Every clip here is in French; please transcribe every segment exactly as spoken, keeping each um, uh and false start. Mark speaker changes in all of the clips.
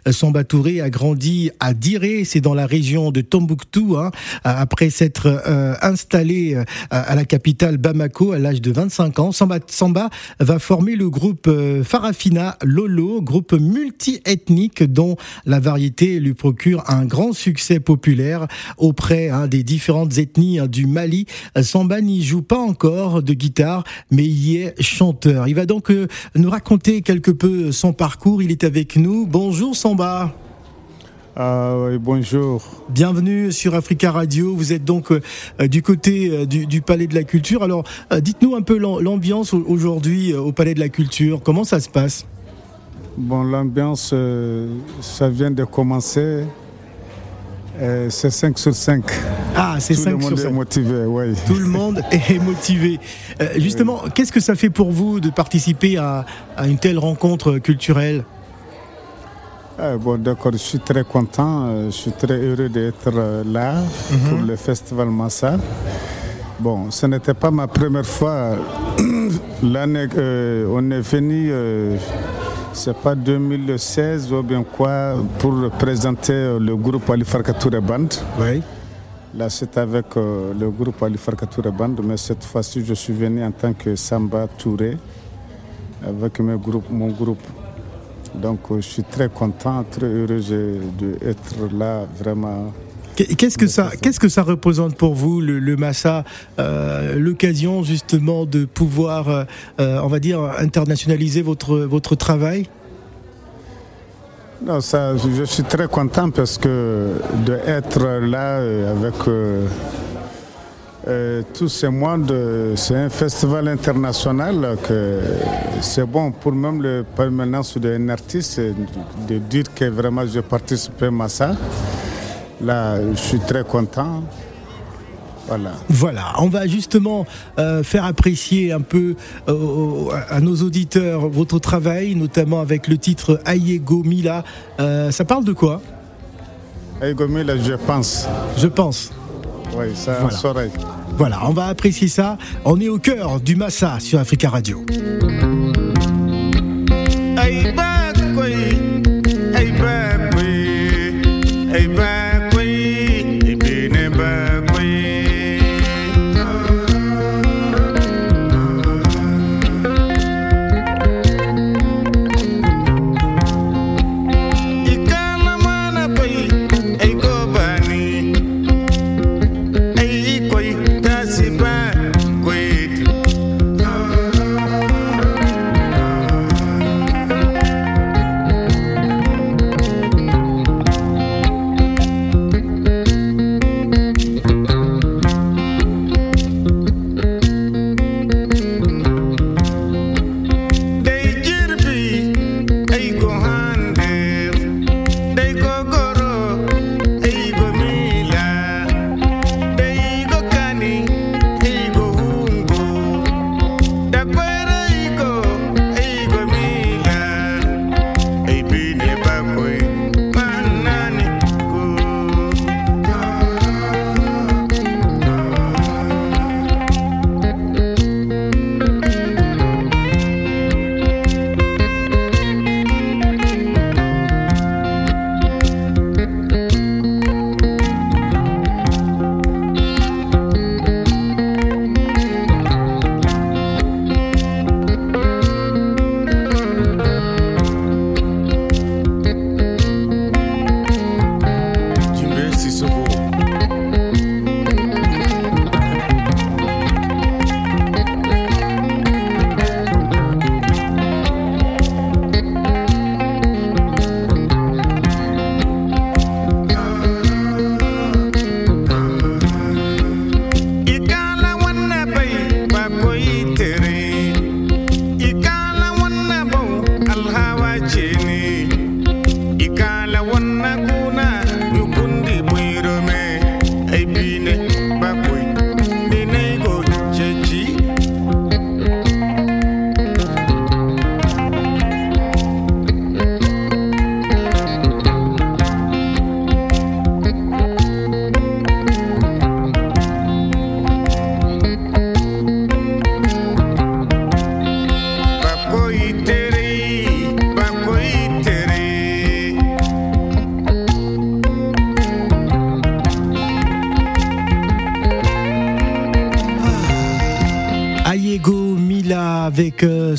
Speaker 1: Samba Touré a grandi à Diré, c'est dans la région de Tombouctou, hein, après s'être euh, installé euh, à la capitale Bamako à l'âge de vingt-cinq ans. Samba, Samba va former le groupe euh, Farafina Lolo, groupe multi-ethnique dont la variété lui procure un grand succès populaire auprès hein, des différentes ethnies hein, du Mali. Samba n'y joue pas encore de guitare, mais il y est chanteur. Il va donc euh, nous raconter quelque peu son parcours. Il est avec nous. Bonjour Samba.
Speaker 2: Ah oui, bonjour.
Speaker 1: Bienvenue sur Africa Radio. Vous êtes donc euh, du côté euh, du, du Palais de la Culture. Alors, euh, dites-nous un peu l'ambiance aujourd'hui euh, au Palais de la Culture. Comment ça se passe ?
Speaker 2: Bon, l'ambiance, euh, ça vient de commencer. Euh, c'est cinq sur cinq.
Speaker 1: Ah, c'est cinq sur cinq.
Speaker 2: Tout le monde est motivé, oui.
Speaker 1: Tout le monde est motivé. Euh, justement, oui. Qu'est-ce que ça fait pour vous de participer à, à une telle rencontre culturelle ?
Speaker 2: Ah, bon, d'accord, je suis très content. Euh, je suis très heureux d'être euh, là mm-hmm. pour le Festival Massa. Bon, ce n'était pas ma première fois. L'année, euh, on est venu... Euh, c'est pas deux mille seize ou bien quoi, pour présenter le groupe Ali Farka Touré Band.
Speaker 1: Oui.
Speaker 2: Là, c'est avec euh, le groupe Ali Farka Touré Band, mais cette fois-ci, je suis venu en tant que Samba Touré avec mes groupes, mon groupe. Donc, euh, je suis très content, très heureux d'être là, vraiment.
Speaker 1: Qu'est-ce que ça, qu'est-ce que ça représente pour vous, le, le Massa, euh, l'occasion justement de pouvoir, euh, on va dire, internationaliser votre, votre travail ?
Speaker 2: Non, ça, je suis très content parce que d'être là avec euh, euh, tous ces mondes, c'est un festival international que c'est bon pour même le permanence d'un artiste de dire que vraiment j'ai participé à Massa. Là, je suis très content. Voilà.
Speaker 1: Voilà, on va justement euh, faire apprécier un peu euh, à nos auditeurs votre travail, notamment avec le titre Ayego Mila. Euh, ça parle de quoi ?
Speaker 2: Ayego Mila, je pense.
Speaker 1: Je pense.
Speaker 2: Oui, ça
Speaker 1: voilà.
Speaker 2: saurait.
Speaker 1: Voilà, on va apprécier ça. On est au cœur du Massa sur Africa Radio. Hey, back, hey, back, hey, back.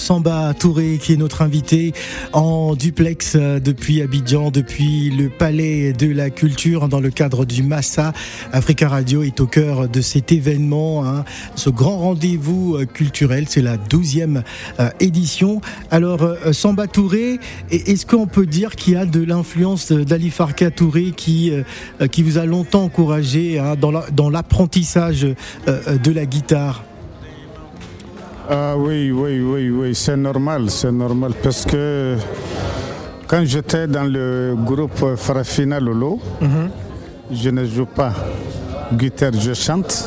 Speaker 1: Samba Touré qui est notre invité en duplex depuis Abidjan, depuis le Palais de la Culture dans le cadre du Massa. Africa Radio est au cœur de cet événement, hein, ce grand rendez-vous culturel. C'est la douzième euh, édition. Alors euh, Samba Touré, est-ce qu'on peut dire qu'il y a de l'influence d'Ali Farka Touré qui, euh, qui vous a longtemps encouragé, hein, dans, la, dans l'apprentissage euh, de la guitare?
Speaker 2: Ah oui, oui, oui, oui, c'est normal, c'est normal parce que quand j'étais dans le groupe Farafina Lolo, mm-hmm. je ne joue pas guitare, je chante.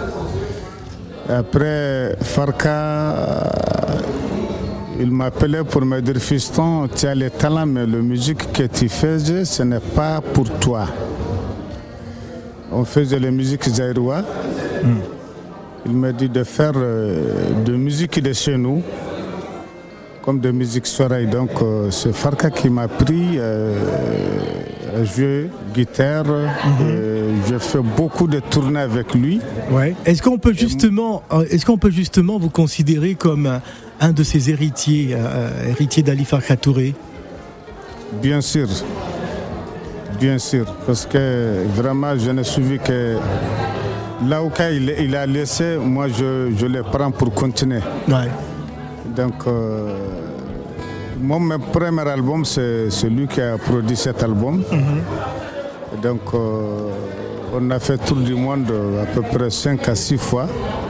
Speaker 2: Après Farka, il m'appelait pour me dire, fiston, tu as le talent, mais la musique que tu faisais, ce n'est pas pour toi. On faisait la musique zaïroua. Mm. Il m'a dit de faire euh, de musique de chez nous, comme de musique soirée. Donc euh, c'est Farka qui m'a pris euh, à jouer guitare. Mm-hmm. J'ai fait beaucoup de tournées avec lui.
Speaker 1: Ouais. Est-ce qu'on peut justement, est-ce qu'on peut justement vous considérer comme un, un de ses héritiers, euh, héritier d'Ali Farka Touré?
Speaker 2: Bien sûr, bien sûr, parce que vraiment je ne suivi que là où il, il a laissé, moi je, je le prends pour continuer.
Speaker 1: Ouais.
Speaker 2: Donc, euh, mon premier album, c'est, c'est lui qui a produit cet album. Mm-hmm. Donc, euh, on a fait tour du monde à peu près cinq à six fois.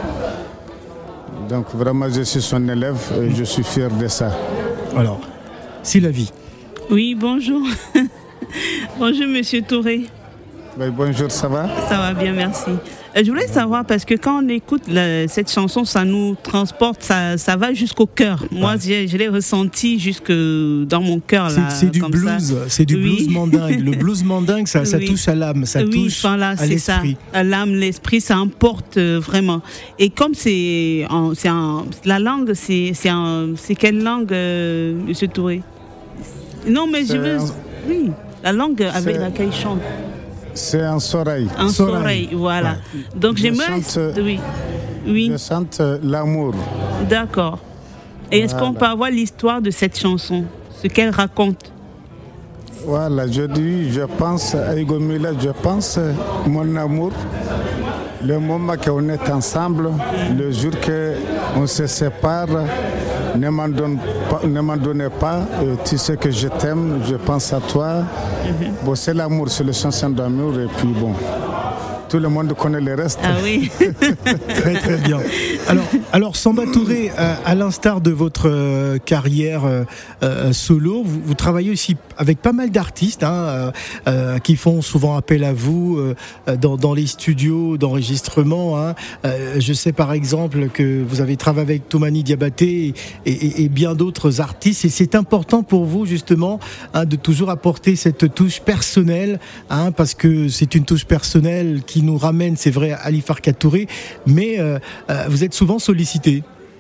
Speaker 2: Donc, vraiment, je suis son élève et je suis fier de ça.
Speaker 1: Alors, c'est la vie.
Speaker 3: Oui, bonjour. Bonjour, monsieur Touré.
Speaker 2: Ben, bonjour, ça va?
Speaker 3: Ça va bien, merci. Euh, je voulais savoir, parce que quand on écoute la, cette chanson, ça nous transporte, ça, ça va jusqu'au cœur. Moi, ouais. je, je l'ai ressenti jusque dans mon cœur.
Speaker 1: C'est, là, c'est du blues, ça. c'est du oui. blues mandingue. Le blues mandingue, ça, ça oui. touche à l'âme, ça oui, touche voilà, à c'est l'esprit.
Speaker 3: Ça. À l'âme, l'esprit, ça emporte euh, vraiment. Et comme c'est, en, c'est en, la langue, c'est, c'est, en, c'est quelle langue, euh, monsieur Touré? Non, mais c'est je veux... Un... Oui, la langue avec c'est... laquelle il chante.
Speaker 2: C'est un soleil.
Speaker 3: Un soleil, voilà. Ouais. Donc
Speaker 2: je
Speaker 3: j'aimerais.
Speaker 2: Chante,
Speaker 3: oui. oui.
Speaker 2: Je chante l'amour.
Speaker 3: D'accord. Et voilà. Est-ce qu'on peut avoir l'histoire de cette chanson, ce qu'elle raconte?
Speaker 2: Voilà, je dis, je pense à Igomila, je pense mon amour, le moment qu'on est ensemble, le jour qu'on se sépare, ne m'en, donne pas, ne m'en donnez pas, euh, tu sais que je t'aime, je pense à toi. Mm-hmm. Bon, c'est l'amour, c'est le chanson d'amour, et puis bon, tout le monde connaît le reste.
Speaker 3: Ah oui.
Speaker 1: Très très bien. Alors, alors Samba Touré, euh, à l'instar de votre euh, carrière euh, euh, solo, vous, vous travaillez aussi avec pas mal d'artistes, hein, euh, euh, qui font souvent appel à vous euh, dans, dans les studios d'enregistrement. Hein. Euh, je sais par exemple que vous avez travaillé avec Toumani Diabaté et, et, et bien d'autres artistes. Et c'est important pour vous justement, hein, de toujours apporter cette touche personnelle, hein, parce que c'est une touche personnelle qui nous ramène, c'est vrai, à Ali Farka Touré, mais euh, euh, vous êtes souvent sollicité.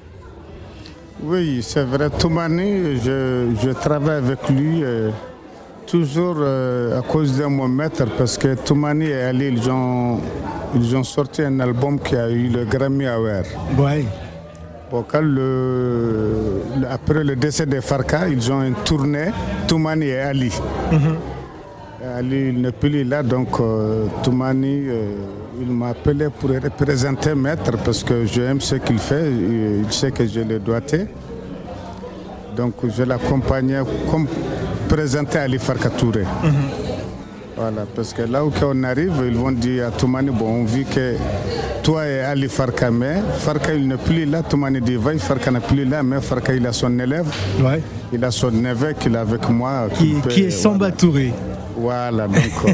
Speaker 2: Oui, c'est vrai. Toumani, je, je travaille avec lui euh, toujours euh, à cause de mon maître, parce que Toumani et Ali, ils ont, ils ont sorti un album qui a eu le Grammy Award.
Speaker 1: Ouais.
Speaker 2: Bon, quand le, après le décès de Farka, ils ont une tournée, Toumani et Ali. Mm-hmm. Ali il n'est plus là, donc euh, Toumani, euh, il m'a appelé pour représenter Maître parce que j'aime ce qu'il fait, il sait que je le doigté. Donc je l'accompagnais comme présenter Ali Farka Touré. Mm-hmm. Voilà, parce que là où on arrive, ils vont dire à Toumani, bon, on vit que toi et Ali Farka, mais Farka il n'est plus là, Toumani dit, va, Farka n'est plus là, mais Farka il a son élève, ouais. Il a son neveu qu'il est avec moi.
Speaker 1: Qui, qui, peut, qui est Samba voilà. Touré.
Speaker 2: Voilà, donc... Euh,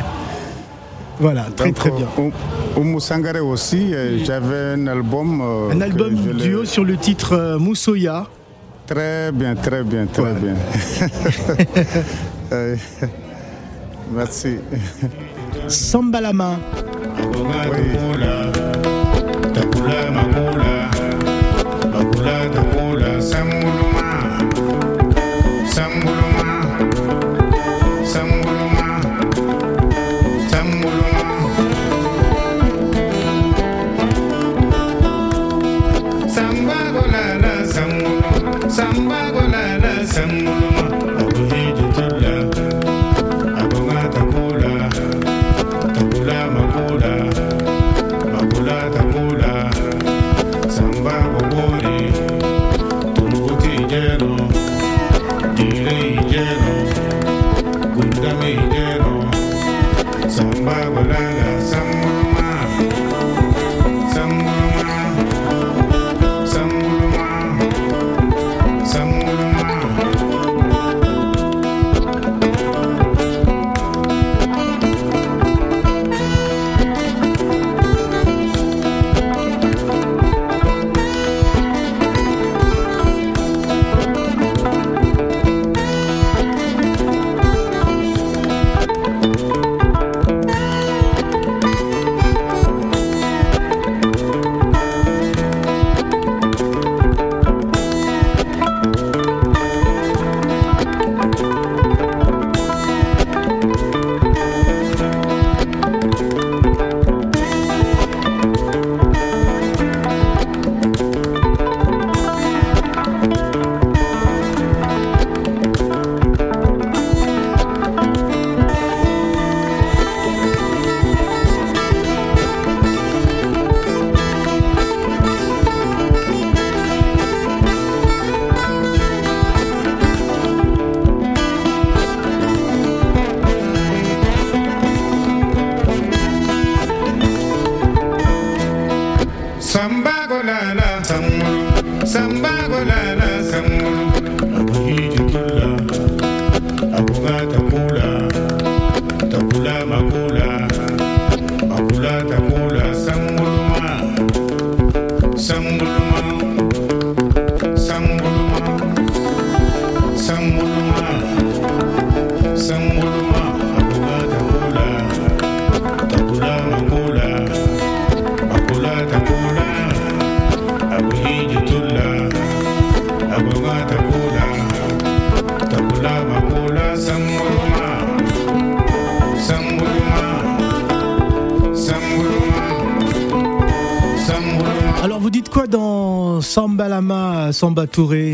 Speaker 1: voilà, très donc, très bien.
Speaker 2: Oumou Sangaré aussi, euh, j'avais un album... Euh,
Speaker 1: un album duo sur le titre euh, Moussoya.
Speaker 2: Très bien, très bien, très ouais. bien. euh, merci.
Speaker 1: Samba la main. Oui.
Speaker 4: Samba
Speaker 1: Alors vous dites quoi dans Samba Lama, Samba Touré?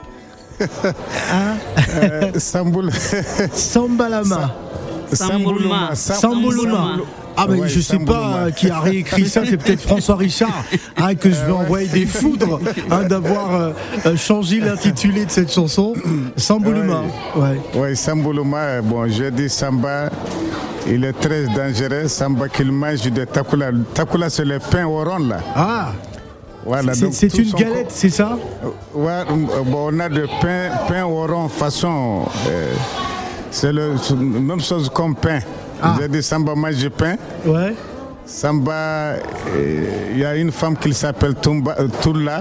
Speaker 1: Hein
Speaker 2: euh, Samboul...
Speaker 1: Samba Lama.
Speaker 3: Samboulouma.
Speaker 1: Samboulouma. Ah ben ouais, je sais pas qui a réécrit ça, c'est peut-être François Richard, hein, que je vais euh, envoyer ouais. des foudres hein, d'avoir euh, changé l'intitulé de cette chanson. Samboulouma.
Speaker 2: Oui, ouais. ouais, Samboulouma, bon, je dis Samba, il est très dangereux, Samba qu'il mange de Takula. Takula, c'est le pain au rond là.
Speaker 1: Ah,
Speaker 2: voilà,
Speaker 1: c'est, c'est une galette, co- c'est ça?
Speaker 2: Ouais, bon, on a de pain, pain au rond façon, euh, c'est la même chose comme pain. Ah. J'ai dit Samba mange du pain.
Speaker 1: Ouais.
Speaker 2: Samba, il y a une femme qui s'appelle Tumba, euh, Toula.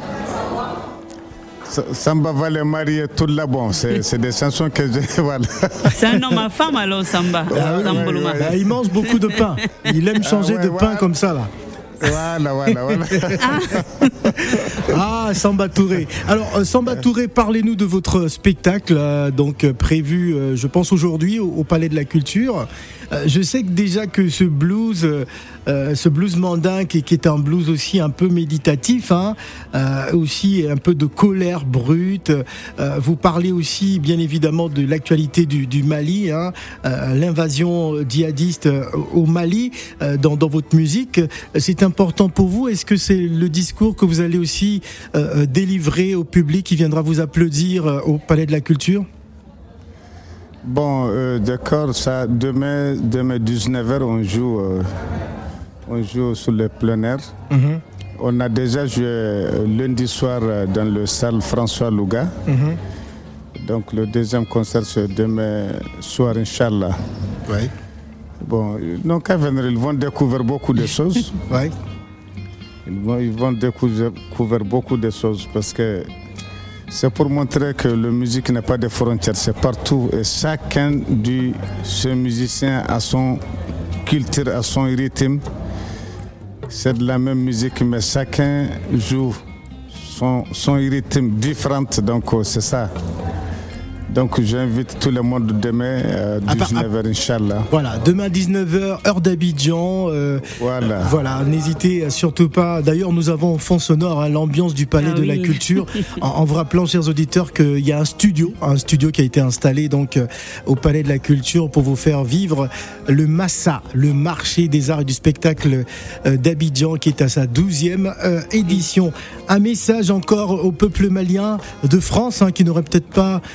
Speaker 2: Samba va les marier Toula. Bon, c'est, c'est des chansons que j'ai. Voilà.
Speaker 3: C'est un homme à femme alors, Samba.
Speaker 1: Ah, oui, ouais, ouais, ouais. Il mange beaucoup de pain. Il aime changer ah, ouais, de pain ouais. comme ça là.
Speaker 2: Voilà, voilà, voilà.
Speaker 1: Ah, Samba Touré. Alors, euh, Samba Touré, parlez-nous de votre spectacle, euh, donc euh, prévu, euh, je pense aujourd'hui, au, au Palais de la Culture. Euh, je sais que déjà que ce blues, euh, ce blues mandingue, qui, qui est un blues aussi un peu méditatif, hein, euh, aussi un peu de colère brute. Euh, vous parlez aussi, bien évidemment, de l'actualité du, du Mali, hein, euh, l'invasion djihadiste au Mali, euh, dans, dans votre musique. C'est important pour vous. Est-ce que c'est le discours que vous allez aussi euh, délivrer au public qui viendra vous applaudir euh, au Palais de la Culture?
Speaker 2: Bon, euh, d'accord, ça, demain, demain dix-neuf heures, on joue, euh, on joue sur le plein air. Mm-hmm. On a déjà joué euh, lundi soir euh, dans le salle François Louga. Mm-hmm. Donc le deuxième concert, c'est demain soir, Inch'Allah.
Speaker 1: Oui.
Speaker 2: Bon, donc à venir, ils vont découvrir beaucoup de choses.
Speaker 1: Oui.
Speaker 2: Ils vont, ils vont découvrir, découvrir beaucoup de choses parce que c'est pour montrer que la musique n'a pas de frontières, c'est partout. Et chacun de ces musiciens a son culture, a son rythme. C'est de la même musique, mais chacun joue son, son rythme différent. Donc c'est ça. Donc j'invite tout le monde demain à dix-neuf heures, Inch'Allah.
Speaker 1: Voilà, demain dix-neuf heures, heure d'Abidjan. Euh,
Speaker 2: voilà.
Speaker 1: Euh, voilà, n'hésitez surtout pas. D'ailleurs, nous avons en fond sonore hein, l'ambiance du Palais ah, de oui. la Culture. en, en vous rappelant, chers auditeurs, qu'il y a un studio, un studio qui a été installé donc euh, au Palais de la Culture pour vous faire vivre le Massa, le marché des arts et du spectacle euh, d'Abidjan, qui est à sa douzième euh, édition. Un message encore au peuple malien de France, hein, qui n'aurait peut-être pas euh, le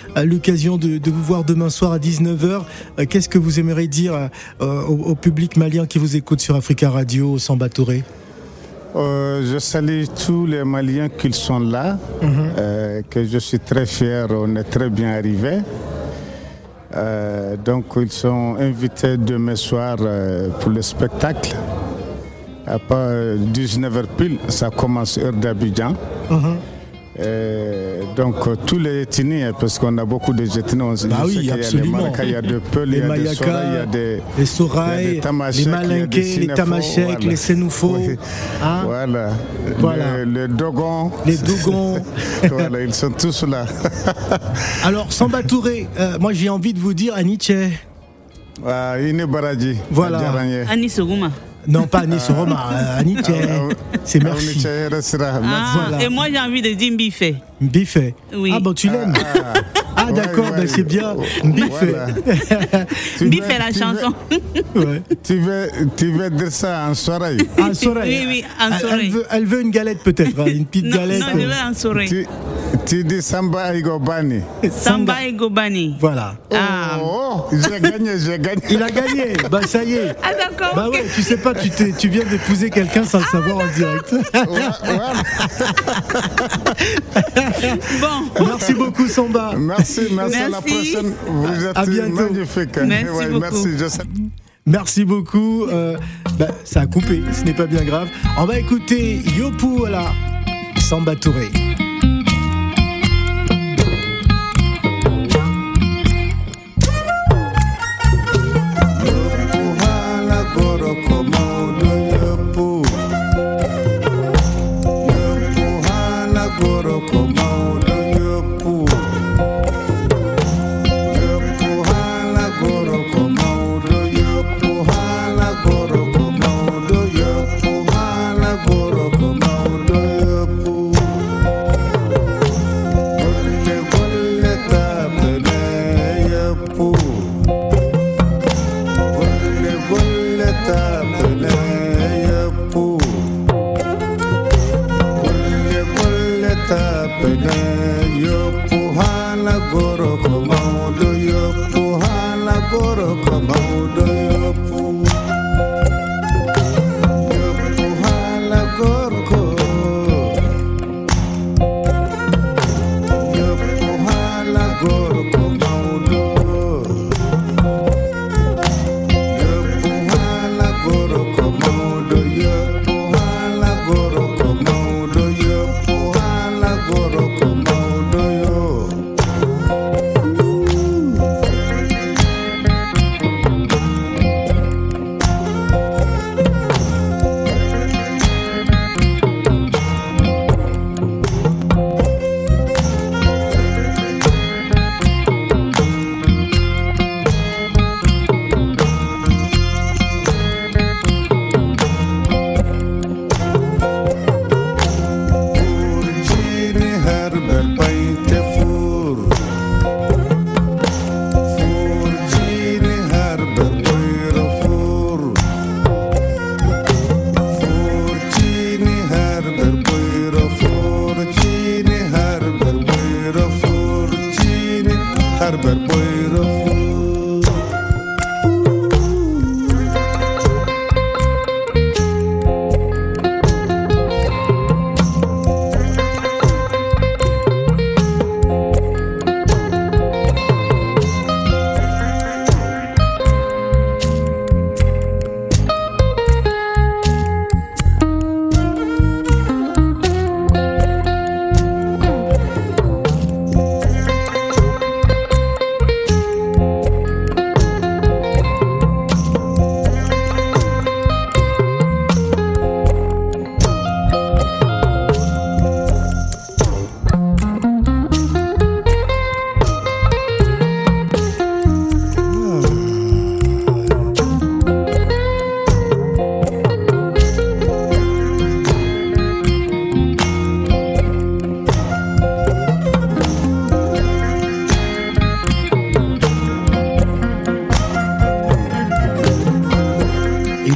Speaker 1: l'occasion de, de vous voir demain soir à dix-neuf heures. Euh, qu'est-ce que vous aimeriez dire euh, au, au public malien qui vous écoute sur Africa Radio, Samba Touré?
Speaker 2: Euh, je salue tous les Maliens qui sont là, mm-hmm. euh, que je suis très fier, on est très bien arrivés. Euh, donc ils sont invités demain soir euh, pour le spectacle. À part dix-neuf heures pile, ça commence heure d'Abidjan. Mm-hmm. Euh, donc tous les ethnies, parce qu'on a beaucoup de ethnies, on
Speaker 1: bah oui, absolument.
Speaker 2: Il y a des Peul, il y a des Soraï, il y a des
Speaker 1: les Soraï, les Malinqués, les Tamashek, voilà. Les Sénoufos,
Speaker 2: oui. Hein? Voilà,
Speaker 1: voilà.
Speaker 2: Le, le Dogon,
Speaker 1: les Dogons,
Speaker 2: voilà, ils sont tous là.
Speaker 1: Alors Samba Touré, euh, moi j'ai envie de vous dire Aniche.
Speaker 2: Ah, Ine Baradji.
Speaker 3: Voilà. Ani Soguma.
Speaker 1: Non, pas Anis Roma, euh, Aniche, c'est merci.
Speaker 3: Ah, voilà. Et moi j'ai envie de dire Mbifé.
Speaker 1: Mbifé.
Speaker 3: Oui.
Speaker 1: Ah bon, tu l'aimes. Ah, ah, ah d'accord, ouais, ouais, ben c'est bien. Mbifé.
Speaker 2: Voilà.
Speaker 3: Mbifé la chanson.
Speaker 2: Veux, ouais. tu, veux, tu veux dire ça en soirée?
Speaker 1: En soirée.
Speaker 3: Oui, oui, en soirée.
Speaker 1: Elle veut, elle veut une galette peut-être, une petite
Speaker 3: non,
Speaker 1: galette.
Speaker 3: Non, je veux en soirée.
Speaker 2: Tu, tu dis Samba Igobani.
Speaker 3: Samba Igobani.
Speaker 1: Voilà.
Speaker 2: Ah. Oh, oh, j'ai gagné, j'ai gagné.
Speaker 1: Il a gagné, bah ça y est.
Speaker 3: Ah d'accord.
Speaker 1: Bah ouais, tu sais pas, tu, tu viens d'épouser quelqu'un sans le ah, savoir en direct.
Speaker 2: Ouais, ouais.
Speaker 3: Bon.
Speaker 1: Merci beaucoup Samba.
Speaker 2: Merci, merci, merci. À la prochaine. Vous êtes
Speaker 1: à bientôt.
Speaker 2: Magnifique.
Speaker 3: Merci ouais, beaucoup.
Speaker 2: Merci, je sais.
Speaker 1: Merci beaucoup. Euh, bah, ça a coupé, ce n'est pas bien grave. On va écouter Yopu, voilà, Samba Touré.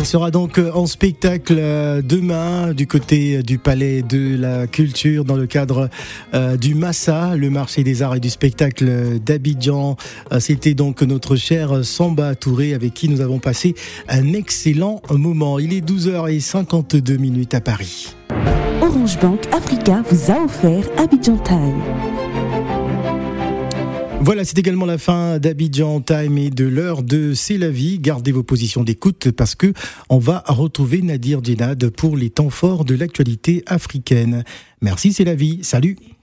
Speaker 1: Il sera donc en spectacle demain du côté du Palais de la Culture dans le cadre euh, du Massa, le marché des arts et du spectacle d'Abidjan. C'était donc notre cher Samba Touré avec qui nous avons passé un excellent moment. Il est douze heures cinquante-deux minutes à Paris.
Speaker 4: Orange Bank Africa vous a offert Abidjan Time.
Speaker 1: Voilà, c'est également la fin d'Abidjan Time et de l'heure de C'est la vie. Gardez vos positions d'écoute parce que on va retrouver Nadir Djenad pour les temps forts de l'actualité africaine. Merci, C'est la vie. Salut.